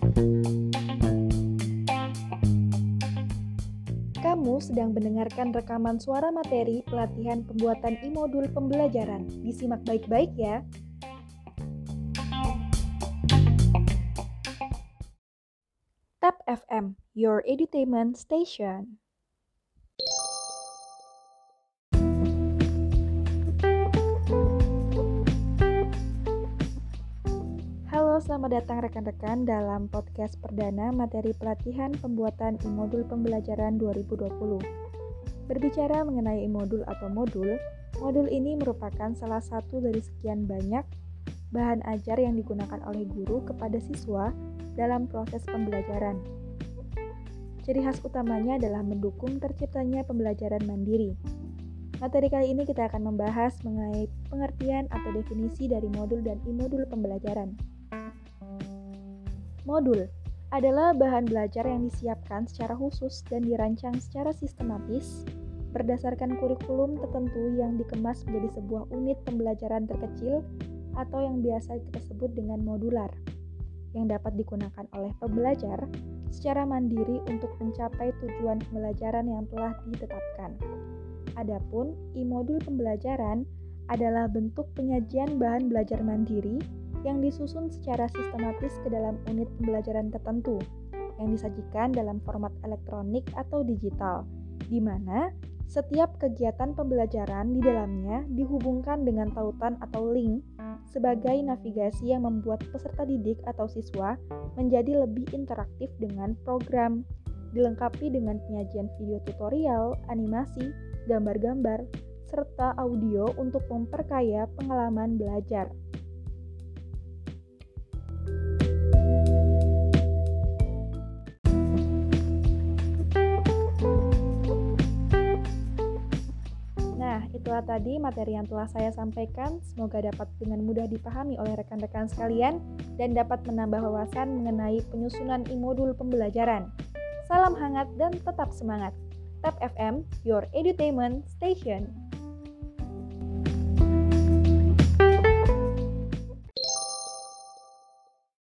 Kamu sedang mendengarkan rekaman suara materi pelatihan pembuatan e-modul pembelajaran. Disimak baik-baik ya. Tab FM, your edutainment station. Halo, selamat datang rekan-rekan dalam podcast perdana materi pelatihan pembuatan e-modul pembelajaran 2020. Berbicara mengenai e-modul atau modul ini merupakan salah satu dari sekian banyak bahan ajar yang digunakan oleh guru kepada siswa dalam proses pembelajaran. Ciri khas utamanya adalah mendukung terciptanya pembelajaran mandiri. Materi kali ini kita akan membahas mengenai pengertian atau definisi dari modul dan e-modul pembelajaran. Modul adalah bahan belajar yang disiapkan secara khusus dan dirancang secara sistematis berdasarkan kurikulum tertentu yang dikemas menjadi sebuah unit pembelajaran terkecil atau yang biasa kita sebut dengan modular, yang dapat digunakan oleh pembelajar secara mandiri untuk mencapai tujuan pembelajaran yang telah ditetapkan. Adapun e-modul pembelajaran adalah bentuk penyajian bahan belajar mandiri yang disusun secara sistematis ke dalam unit pembelajaran tertentu yang disajikan dalam format elektronik atau digital, di mana setiap kegiatan pembelajaran di dalamnya dihubungkan dengan tautan atau link sebagai navigasi yang membuat peserta didik atau siswa menjadi lebih interaktif dengan program, dilengkapi dengan penyajian video tutorial, animasi, gambar-gambar, serta audio untuk memperkaya pengalaman belajar. Itulah tadi materi yang telah saya sampaikan, semoga dapat dengan mudah dipahami oleh rekan-rekan sekalian dan dapat menambah wawasan mengenai penyusunan e-modul pembelajaran. Salam hangat dan tetap semangat. Tab FM, your edutainment station.